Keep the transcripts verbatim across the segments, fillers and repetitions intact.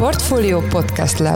Portfolio Podcast Lab.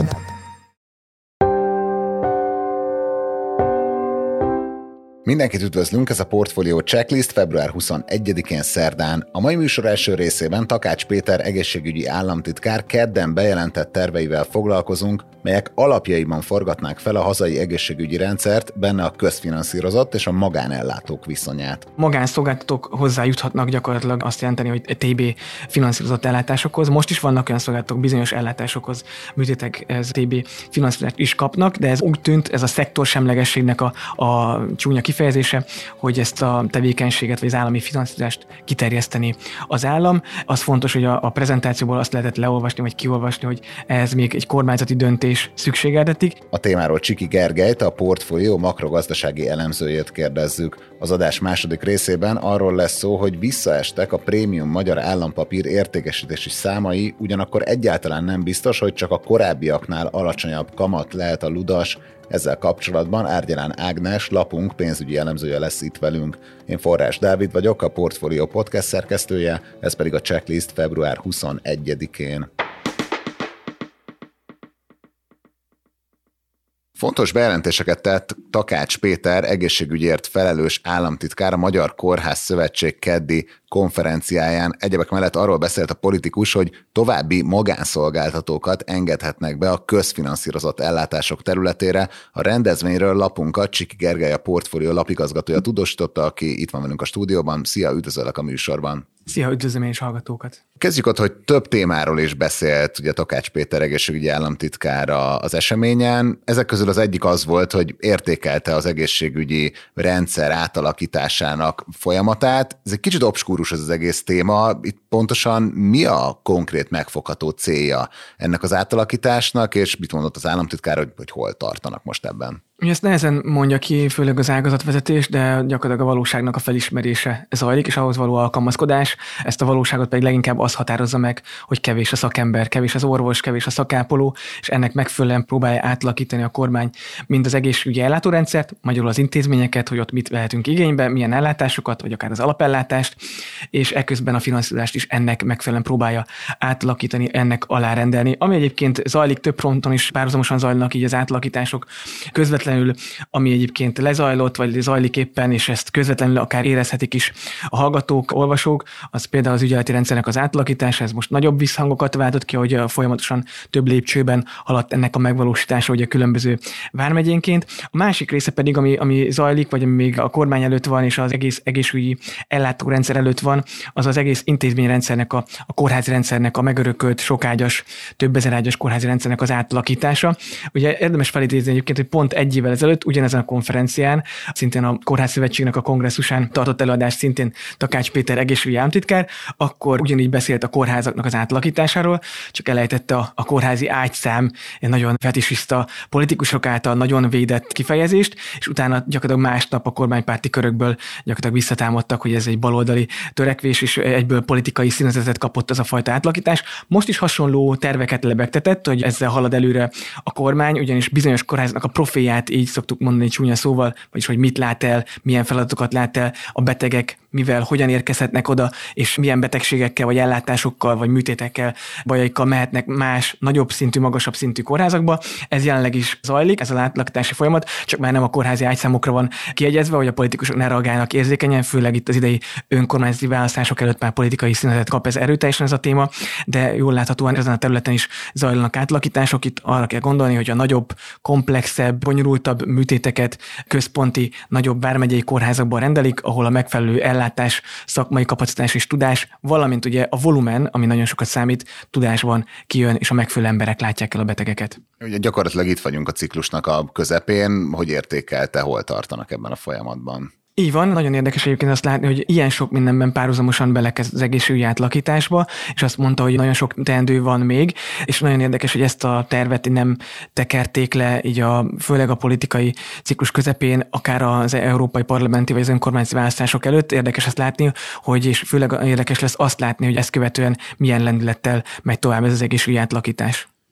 Mindenkit üdvözlünk, ez a Portfolio Checklist február huszonegyedikén szerdán. A mai műsor első részében Takács Péter egészségügyi államtitkár kedden bejelentett terveivel foglalkozunk, melyek alapjaiban forgatnák fel a hazai egészségügyi rendszert, benne a közfinanszírozott és a magánellátók viszonyát. Magánszolgáltatók hozzájuthatnak gyakorlatilag azt jelenteni, hogy té bé finanszírozott ellátásokhoz. Most is vannak olyan szolgáltatók bizonyos ellátásokhoz, műtétekhez té bé finanszírozást is kapnak, de ez úgy tűnt, ez a szektorsemlegességnek a, a csúnya kifejezése, hogy ezt a tevékenységet vagy az állami finanszírozást kiterjeszteni az állam. Az fontos, hogy a, a prezentációból azt lehetett leolvasni vagy kiolvasni, hogy ehhez még egy kormányzati döntés szükségeltetik. A témáról Csiki Gergelyt, a Portfolio makrogazdasági elemzőjét kérdezzük. Az adás második részében arról lesz szó, hogy visszaestek a prémium magyar állampapír értékesítési számai, ugyanakkor egyáltalán nem biztos, hogy csak a korábbiaknál alacsonyabb kamat lehet a ludas. Ezzel kapcsolatban Árgyalán Ágnes, lapunk pénzügyi elemzője lesz itt velünk. Én Forrás Dávid vagyok, a Portfolio podcast szerkesztője, ez pedig a checklist február huszonegyedikén. Fontos bejelentéseket tett Takács Péter egészségügyért felelős államtitkár a Magyar Kórház Szövetség keddi konferenciáján. Egyebek mellett arról beszélt a politikus, hogy további magánszolgáltatókat engedhetnek be a közfinanszírozott ellátások területére. A rendezvényről lapunkat Csiki Gergely, a Portfolio lapigazgatója tudósította, aki itt van velünk a stúdióban. Szia, üdvözöllek a műsorban. Szia, üdvözlöm én is hallgatókat. Kezdjük ott, hogy több témáról is beszélt ugye Takács Péter egészségügyi államtitkára az eseményen. Ezek közül az egyik az volt, hogy értékelte az egészségügyi rendszer átalakításának folyamatát. Ez egy kicsit obskúrus ez az egész téma. Itt pontosan mi a konkrét megfogható célja ennek az átalakításnak, és mit mondott az államtitkár, hogy, hogy hol tartanak most ebben? Ezt nehezen mondja ki, főleg az ágazatvezetés, de gyakorlatilag a valóságnak a felismerése zajlik, és ahhoz való alkalmazkodás. Ezt a valóságot pedig leginkább az határozza meg, hogy kevés a szakember, kevés az orvos, kevés a szakápoló, és ennek megfelelően próbálja átalakítani a kormány mind az egészségügyi ellátórendszert, magyarul az intézményeket, hogy ott mit vehetünk igénybe, milyen ellátásokat, vagy akár az alapellátást, és eközben a finanszírozást is ennek megfelelően próbálja átalakítani, ennek alárendelni. Ami egyébként zajlik, több fronton is párhuzamosan zajlanak így az átalakítások, közvetlenül, ami egyébként lezajlott, vagy zajlik éppen, és ezt közvetlenül akár érezhetik is a hallgatók, olvasók, az például az ügyeleti rendszernek az átalakítása, ez most nagyobb visszhangokat váltott ki, hogy folyamatosan több lépcsőben haladt ennek a megvalósítása, hogy a különböző vármegyénként. A másik része pedig, ami, ami zajlik, vagy ami még a kormány előtt van, és az egész egészségügyi ellátórendszer előtt van, az az egész intézményrendszernek, a, a kórházi rendszernek, a megörökölt, sokágyas, több ezerágyas kórházi rendszernek az átalakítása. Ugye érdemes felidézni egyébként, hogy pont egy évvel ezelőtt ugyanezen a konferencián, szintén a Kórház Szövetségnek a kongresszusán tartott előadást szintén Takács Péter egészségügyi államtitkár, akkor ugyanígy beszélt a kórházaknak az átalakításáról, csak elejtette a, a kórházi ágyszám, egy nagyon fetisista politikusok által nagyon védett kifejezést, és utána gyakorlatilag másnap a kormánypárti körökből gyakorlatilag visszatámadtak, hogy ez egy baloldali törekvés, és egyből politikai színezetet kapott az a fajta átalakítás. Most is hasonló terveket lebegtetett, hogy ezzel halad előre a kormány, ugyanis bizonyos kórháznak a profilját, így szoktuk mondani csúnya szóval, vagyis hogy mit lát el, milyen feladatokat lát el a betegek, mivel, hogyan érkezhetnek oda, és milyen betegségekkel, vagy ellátásokkal, vagy műtétekkel, bajaikkal mehetnek más, nagyobb szintű, magasabb szintű kórházakba. Ez jelenleg is zajlik, ez az átalakítási folyamat, csak már nem a kórházi ágyszámokra van kiegyezve, hogy a politikusok ne reagálnak érzékenyen, főleg itt az idei önkormányzati választások előtt már politikai színezetet kap ez erőteljesen ez a téma, de jól láthatóan ezen a területen is zajlanak átalakítások. Itt arra kell gondolni, hogy a nagyobb, komplexebb, bonyolultabb műtéteket központi, nagyobb vármegyei kórházakban rendelik, ahol a megfelelő ellátás, szakmai kapacitás és tudás, valamint ugye a volumen, ami nagyon sokat számít, tudásban kijön, és a megfelelő emberek látják el a betegeket. Ugye gyakorlatilag itt vagyunk a ciklusnak a közepén, hogy értékelte, hol tartanak ebben a folyamatban. Így van, nagyon érdekes egyébként azt látni, hogy ilyen sok mindenben párhuzamosan belekezd az egészségügyi átalakításba, és azt mondta, hogy nagyon sok teendő van még, és nagyon érdekes, hogy ezt a tervet nem tekerték le, így a, főleg a politikai ciklus közepén, akár az európai parlamenti vagy az önkormányzati választások előtt. Érdekes ezt látni, hogy és főleg érdekes lesz azt látni, hogy ezt követően milyen lendülettel megy tovább ez az egészségügyi átalakítás.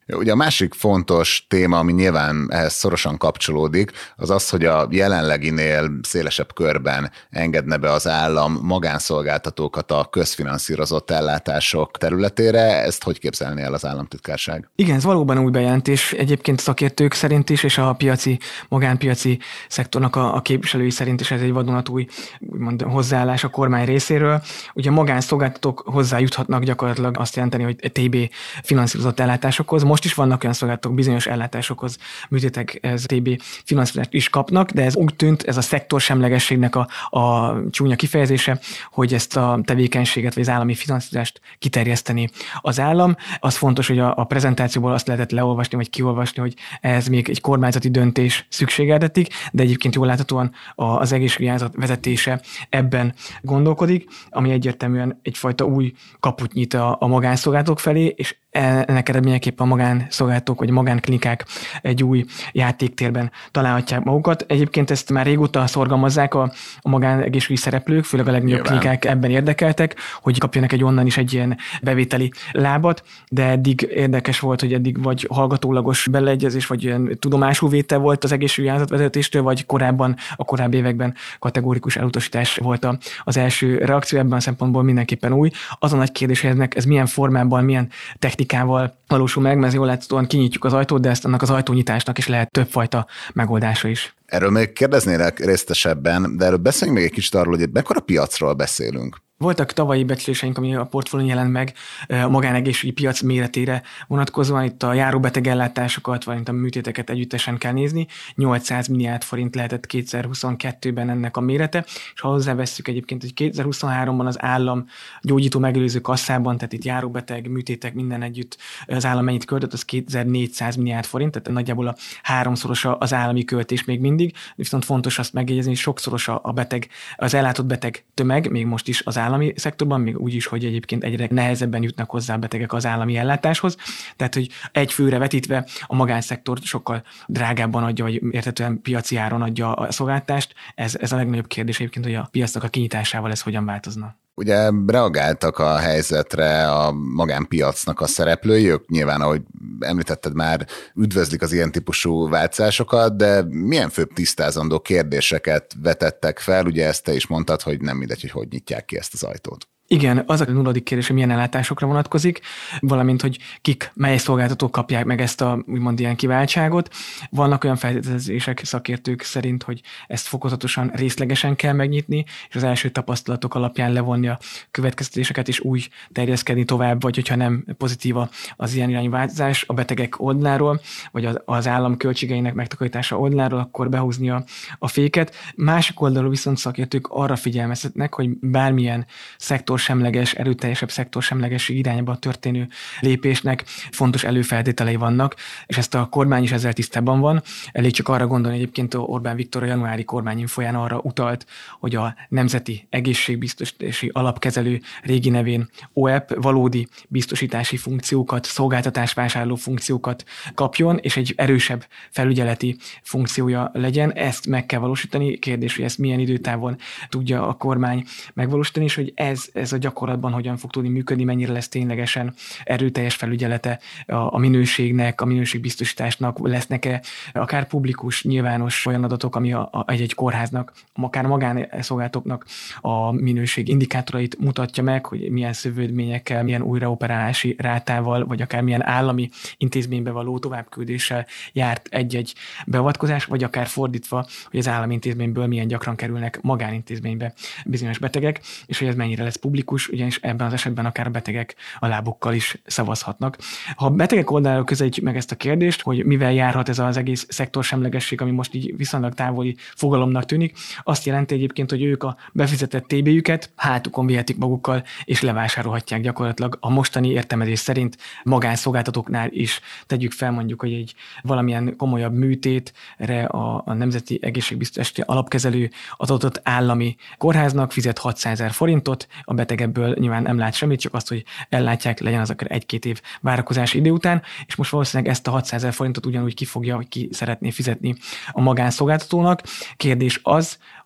Ugye a másik fontos téma, ami nyilván ehhez szorosan kapcsolódik, az az, hogy a jelenleginél szélesebb körben engedne be az állam magánszolgáltatókat a közfinanszírozott ellátások területére. Ezt hogy képzelni el az államtitkárság? Igen, ez valóban új bejelentés. Egyébként szakértők szerint is, és a piaci, magánpiaci szektornak a, a képviselői szerint is ez egy vadonatúj úgymond hozzáállás a kormány részéről. Ugye a magánszolgáltatók hozzájuthatnak gyakorlatilag azt jelenteni, hogy té bé finanszírozott ellátásokhoz. Most is vannak olyan szolgáltatók bizonyos ellátásokhoz, műtétek ez té bé finanszírozást is kapnak, de ez úgy tűnt, ez a szektorsemlegességnek a, a csúnya kifejezése, hogy ezt a tevékenységet vagy az állami finanszírozást kiterjeszteni az állam. Az fontos, hogy a, a prezentációból azt lehetett leolvasni vagy kiolvasni, hogy ez még egy kormányzati döntés szükségeltetik, de egyébként jól láthatóan az egészségügyi ágazat vezetése ebben gondolkodik, ami egyértelműen egyfajta új kaput nyit a, a magánszolgáltatók felé, és ennek eredményeképpen a magánszolgáltatók vagy a magánklinikák egy új játéktérben találhatják magukat. Egyébként ezt már régóta szorgalmazzák a, a magánegészségügyi szereplők, főleg a legnagyobb Nyilván. klinikák ebben érdekeltek, hogy kapjanak egy onnan is egy ilyen bevételi lábat, de eddig érdekes volt, hogy eddig vagy hallgatólagos beleegyezés, vagy ilyen tudomásul vétel volt az egészségügyi ágazatvezetéstől, vagy korábban, a korábbi években kategórikus elutasítás volt az első reakció, ebben a szempontból mindenképpen új. Az a nagy kérdés, hogy ennek ez milyen formában, milyen technikával valósul meg, mert jól láthatóan kinyitjuk az ajtót, de ezt annak az ajtónyitásnak is lehet többfajta megoldása is. Erről még kérdeznélek részletesebben, de erről beszéljünk még egy kicsit arról, hogy mekkora piacról beszélünk. Voltak tavalyi becsléseink, ami a portfólión jelent meg a magánegészségügyi piac méretére vonatkozóan. Itt a járóbeteg ellátásokat, vagy a műtéteket együttesen kell nézni. nyolcszáz milliárd forint lehetett kétezer-huszonkettőben ennek a mérete, és ha hozzávesszük egyébként, hogy kétezer-huszonháromban az állam gyógyító megelőző kasszában, tehát itt járóbeteg, műtétek, minden együtt az állam mennyit költött, az kétezer-négyszáz milliárd forint, tehát nagyjából a háromszoros az állami költés még mindig, viszont fontos azt megjegyezni, hogy sokszoros a beteg, az ellátott beteg tömeg, még most is az állami szektorban, még úgy is, hogy egyébként egyre nehezebben jutnak hozzá a betegek az állami ellátáshoz. Tehát, hogy egy főre vetítve a magánszektor sokkal drágábban adja, vagy érthetően piaci áron adja a szolgáltást. Ez, ez a legnagyobb kérdés egyébként, hogy a piacnak a kinyitásával ez hogyan változna. Ugye reagáltak a helyzetre a magánpiacnak a szereplői, ők nyilván, ahogy említetted már, üdvözlik az ilyen típusú változásokat, de milyen főbb tisztázandó kérdéseket vetettek fel? Ugye ezt te is mondtad, hogy nem mindegy, hogy hogy nyitják ki ezt az ajtót. Igen, az a nulladik kérdés, hogy milyen ellátásokra vonatkozik, valamint, hogy kik, mely szolgáltatók kapják meg ezt a úgymond ilyen kiváltságot. Vannak olyan feltételezések szakértők szerint, hogy ezt fokozatosan, részlegesen kell megnyitni, és az első tapasztalatok alapján levonni a következtetéseket, és úgy terjeszkedni tovább, vagy hogyha nem pozitíva az ilyen irányú változás a betegek oldaláról, vagy az, az állam költségeinek megtakarítása oldaláról, akkor behúzni a, a féket. Másik oldalról viszont szakértők arra figyelmeztetnek, hogy bármilyen szektor semleges, erőteljesebb szektorsemlegesség irányába történő lépésnek fontos előfeltételei vannak, és ezt a kormány is ezzel tisztában van. Elég csak arra gondolni, egyébként Orbán Viktor a januári kormányinfóján arra utalt, hogy a Nemzeti Egészségbiztosítási Alapkezelő, régi nevén o e pé valódi biztosítási funkciókat, szolgáltatásvásárló funkciókat kapjon, és egy erősebb felügyeleti funkciója legyen. Ezt meg kell valósítani. Kérdés, hogy ezt milyen időtávon tudja a kormány megvalósítani, és hogy ez ez a gyakorlatban hogyan fog tudni működni, mennyire lesz ténylegesen erőteljes felügyelete a minőségnek, a minőségbiztosításnak, lesznek-e akár publikus, nyilvános olyan adatok, ami a, a, egy-egy kórháznak, akár a magánszolgáltatóknak a minőség indikátorait mutatja meg, hogy milyen szövődményekkel, milyen újraoperálási rátával, vagy akár milyen állami intézménybe való továbbküldéssel járt egy-egy beavatkozás, vagy akár fordítva, hogy az állami intézményből milyen gyakran kerülnek magánintézménybe bizonyos betegek, és hogy ez mennyire lesz publikus, ugyanis ebben az esetben akár a betegek a lábukkal is szavazhatnak. Ha a betegek oldaláról közelítjük meg ezt a kérdést, hogy mivel járhat ez az egész szektorsemlegesség, ami most így viszonylag távoli fogalomnak tűnik, azt jelenti egyébként, hogy ők a befizetett té béjüket hátukon vihetik magukkal, és levásárolhatják gyakorlatilag a mostani értelmezés szerint magánszolgáltatóknál is. Tegyük fel mondjuk, hogy egy valamilyen komolyabb műtétre a, a Nemzeti Egészségbiztosítási Alapkezelő az adott állami kórháznak fizet hatszázezer forintot, a beteg ebből nyilván nem lát semmit, csak azt, hogy ellátják, legyen az akár egy-két év várakozási idő után, és most valószínűleg ezt a hatszázezer forintot ugyanúgy ki fogja, hogy ki szeretné fizetni a magánszolgáltatónak. Kérdés az,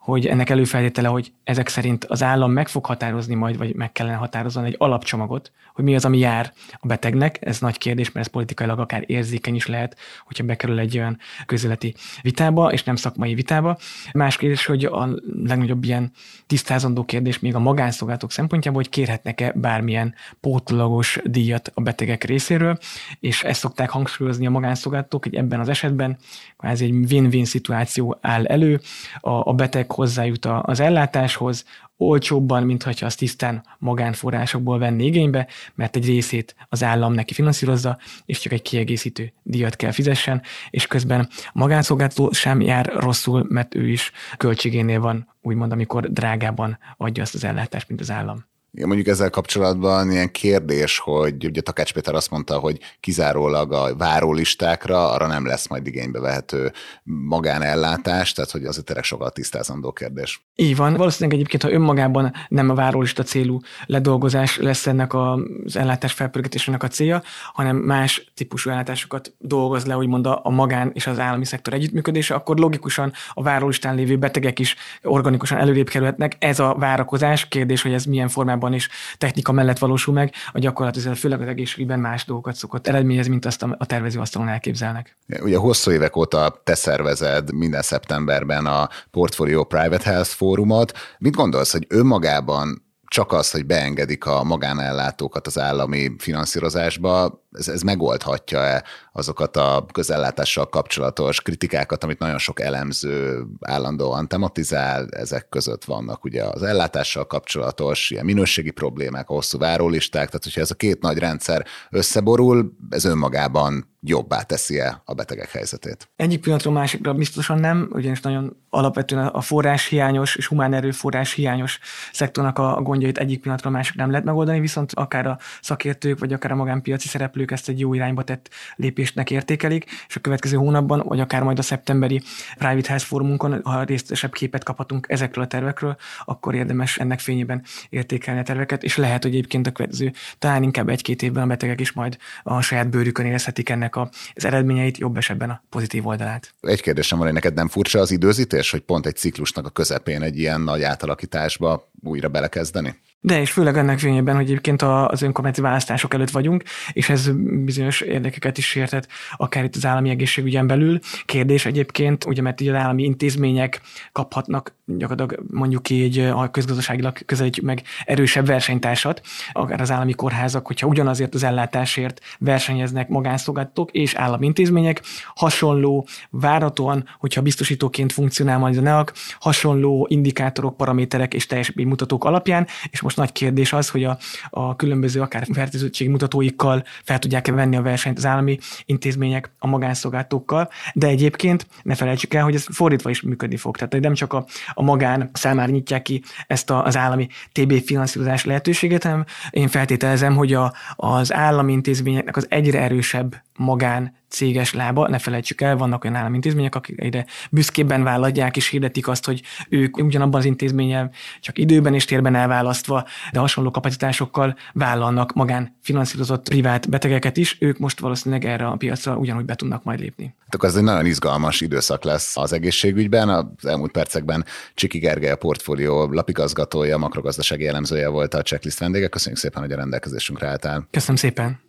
hogy ennek előfeltétele, hogy ezek szerint az állam meg fog határozni majd, vagy meg kellene határozni egy alapcsomagot, hogy mi az, ami jár a betegnek. Ez nagy kérdés, mert ez politikailag akár érzékeny is lehet, hogyha bekerül egy olyan közéleti vitába, és nem szakmai vitába. Más kérdés, hogy a legnagyobb ilyen tisztázandó kérdés még a magánszolgáltatók szempontjából, hogy kérhetnek-e bármilyen pótlagos díjat a betegek részéről, és ezt szokták hangsúlyozni a magánszolgáltatók, hogy ebben az esetben ez egy win-win szituáció áll elő, a, a beteg hozzájut az ellátáshoz, olcsóbban, mint hogyha azt tisztán magánforrásokból venni igénybe, mert egy részét az állam neki finanszírozza, és csak egy kiegészítő díjat kell fizessen, és közben a magánszolgáltató sem jár rosszul, mert ő is költségénél van, úgymond, amikor drágában adja azt az ellátást, mint az állam. Ja, mondjuk ezzel kapcsolatban ilyen kérdés, hogy ugye Takács Péter azt mondta, hogy kizárólag a várólistákra arra nem lesz majd igénybe vehető magánellátás, tehát hogy azért tényleg sokkal tisztázandó kérdés. Így van. Valószínűleg egyébként, ha önmagában nem a várólista célú ledolgozás lesz ennek az ellátás felpörgetésének a célja, hanem más típusú ellátásokat dolgoz le, úgymond a magán és az állami szektor együttműködése, akkor logikusan a várólistán lévő betegek is organikusan előrébb kerülhetnek. Ez a várakozás, kérdés, hogy ez milyen formában és technika mellett valósul meg, a gyakorlat ezzel főleg az egészségügyben más dolgokat szokott eredményezni, mint azt a tervezőasztalon elképzelnek. Ugye hosszú évek óta te szervezed minden szeptemberben a Portfolio Private Health Fórumot. Mit gondolsz, hogy önmagában csak az, hogy beengedik a magánellátókat az állami finanszírozásba, ez, ez megoldhatja-e azokat a közellátással kapcsolatos kritikákat, amit nagyon sok elemző állandóan tematizál, ezek között vannak ugye az ellátással kapcsolatos ilyen minőségi problémák, a hosszú várólisták, tehát hogyha ez a két nagy rendszer összeborul, ez önmagában jobbá teszi-e a betegek helyzetét? Egyik pillanatról másikra biztosan nem, ugyanis nagyon alapvetően a forráshiányos és humán erőforrás hiányos szektornak a gondjait egyik pillanatról másikra nem lehet megoldani, viszont akár a szakértők, vagy akár a magánpiaci szereplők ezt egy jó irányba tett lépésnek értékelik, és a következő hónapban, vagy akár majd a szeptemberi Private Health Fórumunkon, ha részletesebb képet kaphatunk ezekről a tervekről, akkor érdemes ennek fényében értékelni a terveket, és lehet, hogy egyébként a következő, talán inkább egy-két évben a betegek is majd a saját bőrükön érezhetik ennek az eredményeit, jobb esetben a pozitív oldalát. Egy kérdésem van, hogy neked nem furcsa az időzítés, hogy pont egy ciklusnak a közepén egy ilyen nagy átalakításba újra belekezdeni? De és főleg ennek fényében, hogy egyébként az önkormányzati választások előtt vagyunk, és ez bizonyos érdekeket is sértett, akár itt az állami egészségügyen belül. Kérdés egyébként, ugye mert így az állami intézmények kaphatnak gyakorlatilag mondjuk ki egy, a közgazdaságilag közelítjük meg erősebb versenytársat, akár az állami kórházak, hogyha ugyanazért az ellátásért versenyeznek magánszolgáltatók és állami intézmények, hasonló, várhatóan, hogyha biztosítóként funkcionál majd a neak, hasonló indikátorok, paraméterek és teljesítménymutatók alapján, és most nagy kérdés az, hogy a, a különböző akár fertőzöttségi mutatóikkal fel tudják-e venni a versenyt az állami intézmények a magánszolgáltatókkal, de egyébként ne felejtsük el, hogy ez fordítva is működni fog. Tehát nem csak a, a magán számára nyitják ki ezt a, az állami té bé finanszírozás lehetőséget, hanem én feltételezem, hogy a, az állami intézményeknek az egyre erősebb magán céges lába, ne felejtsük el, vannak olyan állami intézmények, akik egyre büszkébben vállalják és hirdetik azt, hogy ők ugyanabban az intézménnyel csak időben és térben elválasztva, de hasonló kapacitásokkal vállalnak magán finanszírozott privát betegeket is, ők most valószínűleg erre a piacra ugyanúgy be tudnak majd lépni. Akkor ez egy nagyon izgalmas időszak lesz az egészségügyben. Az elmúlt percekben Csiki Gergely, a Portfolio lapigazgatója, makrogazdasági elemzője volt a Checklist vendége. Köszönjük szépen, hogy a rendelkezésünkre álltál. Köszönöm szépen.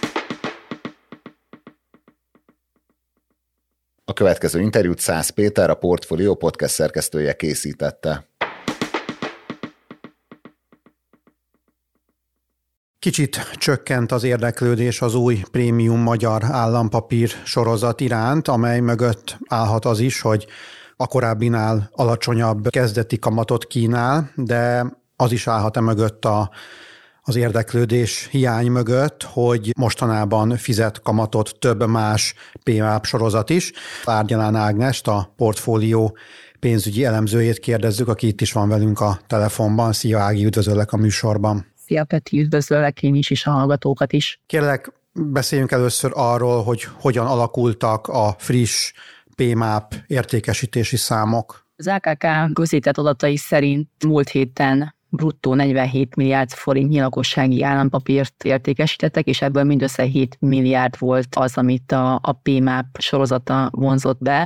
A következő interjút Szász Péter, a Portfolio podcast szerkesztője készítette. Kicsit csökkent az érdeklődés az új prémium magyar állampapír sorozat iránt, amely mögött állhat az is, hogy a korábbinál alacsonyabb kezdeti kamatot kínál, de az is állhat e mögött a az érdeklődés hiány mögött, hogy mostanában fizet kamatot több más pé em á pé sorozat is. Árgyalán Ágnest, a Portfolio pénzügyi elemzőjét kérdezzük, aki itt is van velünk a telefonban. Szia Ági, üdvözöllek a műsorban. Szia Peti, üdvözöllek én is, és a hallgatókat is. Kérlek, beszéljünk először arról, hogy hogyan alakultak a friss pé em á pé értékesítési számok. Az á ká ká közített adatai szerint múlt héten bruttó negyvenhét milliárd forintnyi lakossági állampapírt értékesítettek, és ebből mindössze hét milliárd volt az, amit a, a pé em á pé sorozata vonzott be.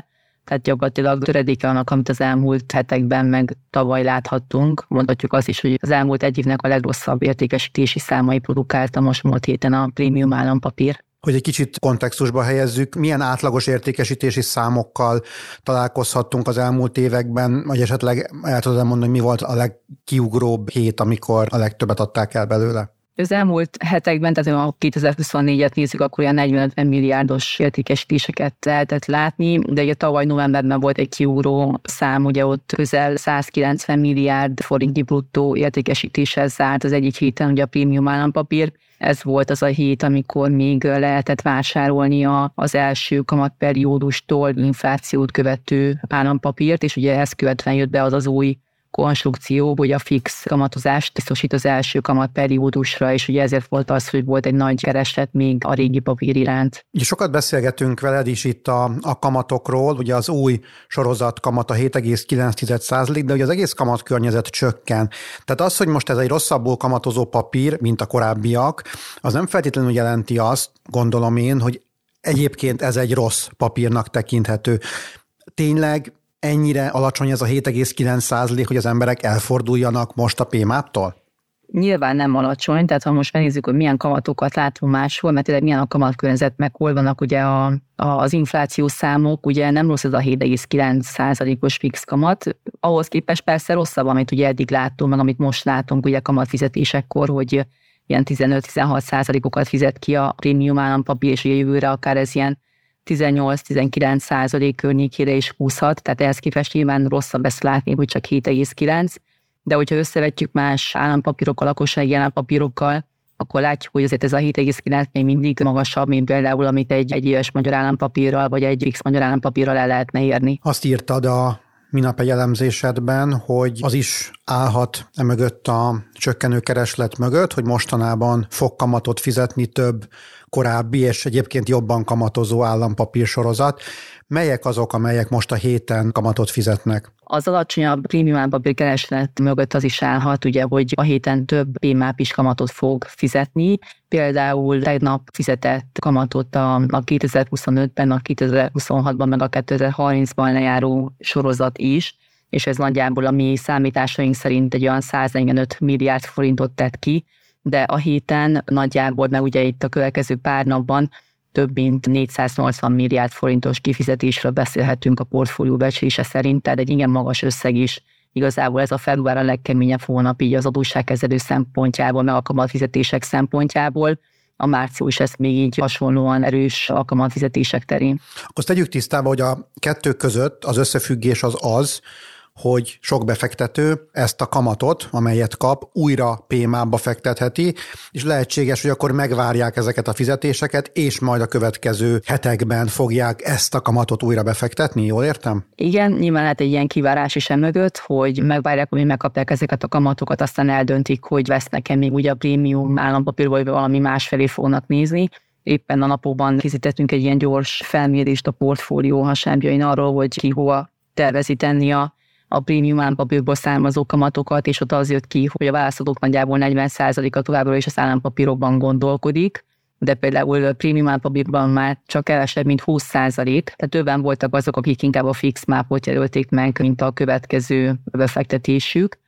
tehát gyakorlatilag töredéke annak, amit az elmúlt hetekben meg tavaly láthattunk. Mondhatjuk azt is, hogy az elmúlt egy évnek a legrosszabb értékesítési számai produkálta most múlt héten a prémium állampapír. Hogy egy kicsit kontextusba helyezzük, milyen átlagos értékesítési számokkal találkozhattunk az elmúlt években, vagy esetleg el tudod mondani, mi volt a legkiugróbb hét, amikor a legtöbbet adták el belőle? Az elmúlt hetekben, tehát ha kétezer-huszonnégyet nézzük, akkor olyan negyven milliárdos értékesítéseket lehetett látni, de ugye tavaly novemberben volt egy kiugró szám, ugye ott közel százkilencven milliárd forintnyi bruttó értékesítéssel zárt az egyik héten ugye a prémium állampapír. Ez volt az a hét, amikor még lehetett vásárolni az első kamatperiódustól inflációt követő állampapírt, és ugye ezt követően jött be az az új konstrukció, hogy a fix kamatozást biztosít az első kamatperiódusra, és ugye ezért volt az, hogy volt egy nagy kereslet még a régi papír iránt. Ugye sokat beszélgetünk veled is itt a, a kamatokról, ugye az új sorozat kamata hét egész kilenc százalék, de ugye az egész kamatkörnyezet csökken. Tehát az, hogy most ez egy rosszabbul kamatozó papír, mint a korábbiak, az nem feltétlenül jelenti azt, gondolom én, hogy egyébként ez egy rossz papírnak tekinthető. Tényleg ennyire alacsony ez a hét egész kilenc százalék, hogy az emberek elforduljanak most a pé máptól? Nyilván nem alacsony, tehát ha most megnézzük, hogy milyen kamatokat látunk máshol, mert tényleg milyen a kamatkörnyezet, meg hol vannak ugye a, a, az inflációs számok, ugye nem rossz ez a hét egész kilenc százalékos fix kamat, ahhoz képest persze rosszabb, amit ugye eddig láttunk, meg amit most látunk ugye kamatfizetésekkor, hogy ilyen tizenöt-tizenhat százalékokat fizet ki a prémium állampapír, és ugye jövőre akár ez ilyen tizennyolc-tizenkilenc százalék környékére is húzhat, tehát ehhez képest nyilván rosszabb ezt látni, hogy csak hét egész kilenc, de hogyha összevetjük más állampapírokkal, lakossági állampapírokkal, akkor látjuk, hogy azért ez a hét egész kilenc még mindig magasabb, mint például, amit egy, egy éves magyar állampapírral, vagy egy fix magyar állampapírral el lehetne érni. Azt írtad a minap egy elemzésedben, hogy az is állhat emögött a csökkenő kereslet mögött, hogy mostanában fog kamatot fizetni több korábbi és egyébként jobban kamatozó állampapír sorozat. Melyek azok, amelyek most a héten kamatot fizetnek? Az alacsonyabb prémium állampapír kereslet mögött az is állhat, ugye, hogy a héten több pé máp is kamatot fog fizetni. Például tegnap fizetett kamatot a, a kétezer-huszonötben, a kétezer-huszonhatban, meg a kétezer-harmincban lejáró sorozat is, és ez nagyjából a mi számításaink szerint egy olyan száznegyvenöt milliárd forintot tett ki, de a héten nagyjából, meg ugye itt a következő pár napban több mint négyszáznyolcvan milliárd forintos kifizetésről beszélhetünk a portfólió becslése szerint, tehát egy igen magas összeg is. Igazából ez a február a legkeményebb hónap így az adósságkezelő szempontjából, meg a kamatfizetések szempontjából. A március ez még így hasonlóan erős a kamatfizetések terén. Akkor tegyük tisztába, hogy a kettő között az összefüggés az az, hogy sok befektető ezt a kamatot, amelyet kap, újra pé mába fektetheti, és lehetséges, hogy akkor megvárják ezeket a fizetéseket, és majd a következő hetekben fogják ezt a kamatot újra befektetni, jól értem? Igen, nyilván lehet egy ilyen kivárás is emögött, hogy megvárják, hogy megkapják ezeket a kamatokat, aztán eldöntik, hogy vesznek-e még ugye a prémium állampapír, vagy valami más felé fognak nézni. Éppen a napokban készítettünk egy ilyen gyors felmérést a portfólió hasábjain arról, hogy ki hova tervezi tenni a a prémium állampapírból származó kamatokat, és ott az jött ki, hogy a válaszadók nagyjából negyven százaléka továbbra is az állampapírokban gondolkodik, de például a prémium állampapírban már csak kevesebb, mint húsz százalék, tehát többen voltak azok, akik inkább a fix mápot jelölték meg, mint a következő befektetésük,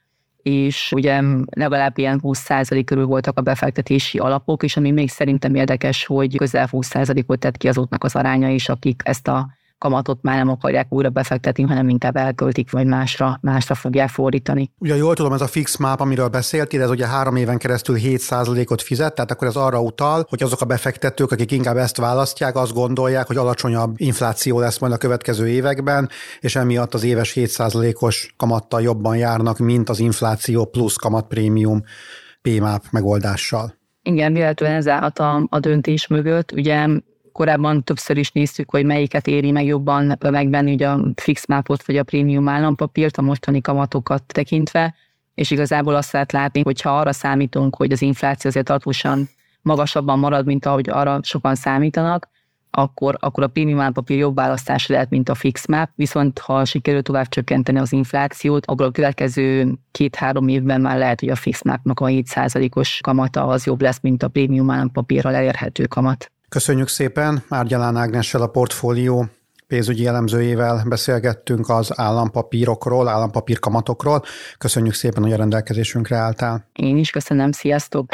és ugye legalább ilyen húsz százalék körül voltak a befektetési alapok, és ami még szerintem érdekes, hogy közel húsz százalékot tett ki azoknak az aránya is, akik ezt a kamatot már nem akarják újra befektetni, hanem inkább elköltik, vagy másra, másra fogják fordítani. Ugye jól tudom, ez a fix máp, amiről beszéltél, ez ugye három éven keresztül hét százalékot fizet, tehát akkor ez arra utal, hogy azok a befektetők, akik inkább ezt választják, azt gondolják, hogy alacsonyabb infláció lesz majd a következő években, és emiatt az éves hét százalékos kamattal jobban járnak, mint az infláció plusz kamatprémium pé máp megoldással. Igen, véletlenül ez állhat a, a döntés mögött. Ugye korábban többször is néztük, hogy melyiket éri meg jobban megvenni, ugye a fix mápot vagy a prémium állampapírt, a mostani kamatokat tekintve, és igazából azt lehet látni, hogy ha arra számítunk, hogy az infláció azért tartósan magasabban marad, mint ahogy arra sokan számítanak, akkor, akkor a prémium állampapír jobb választás lehet, mint a fix map, viszont ha sikerül tovább csökkenteni az inflációt, akkor a következő két-három évben már lehet, hogy a fix mapnak a hét százalékos kamata az jobb lesz, mint a prémium állampapírral elérhető kamat. Köszönjük szépen Márgyalán Ágnessel, a Portfólió pénzügyi elemzőjével beszélgettünk az állampapírokról, állampapírkamatokról. Köszönjük szépen, hogy a rendelkezésünkre álltál. Én is köszönöm, sziasztok!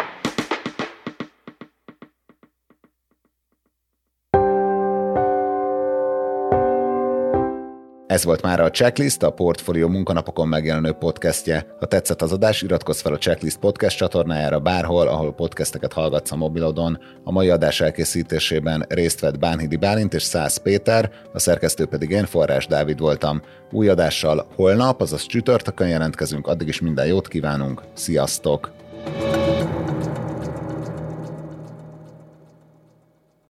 Ez volt már a Checklist, a Portfolio munkanapokon megjelenő podcastje. Ha tetszett az adás, iratkozz fel a Checklist podcast csatornájára bárhol, ahol podcasteket hallgatsz a mobilodon. A mai adás elkészítésében részt vett Bánhidi Bálint és Szász Péter, a szerkesztő pedig én, Forrás Dávid voltam. Új adással holnap, azaz csütörtökön jelentkezünk, addig is minden jót kívánunk, sziasztok!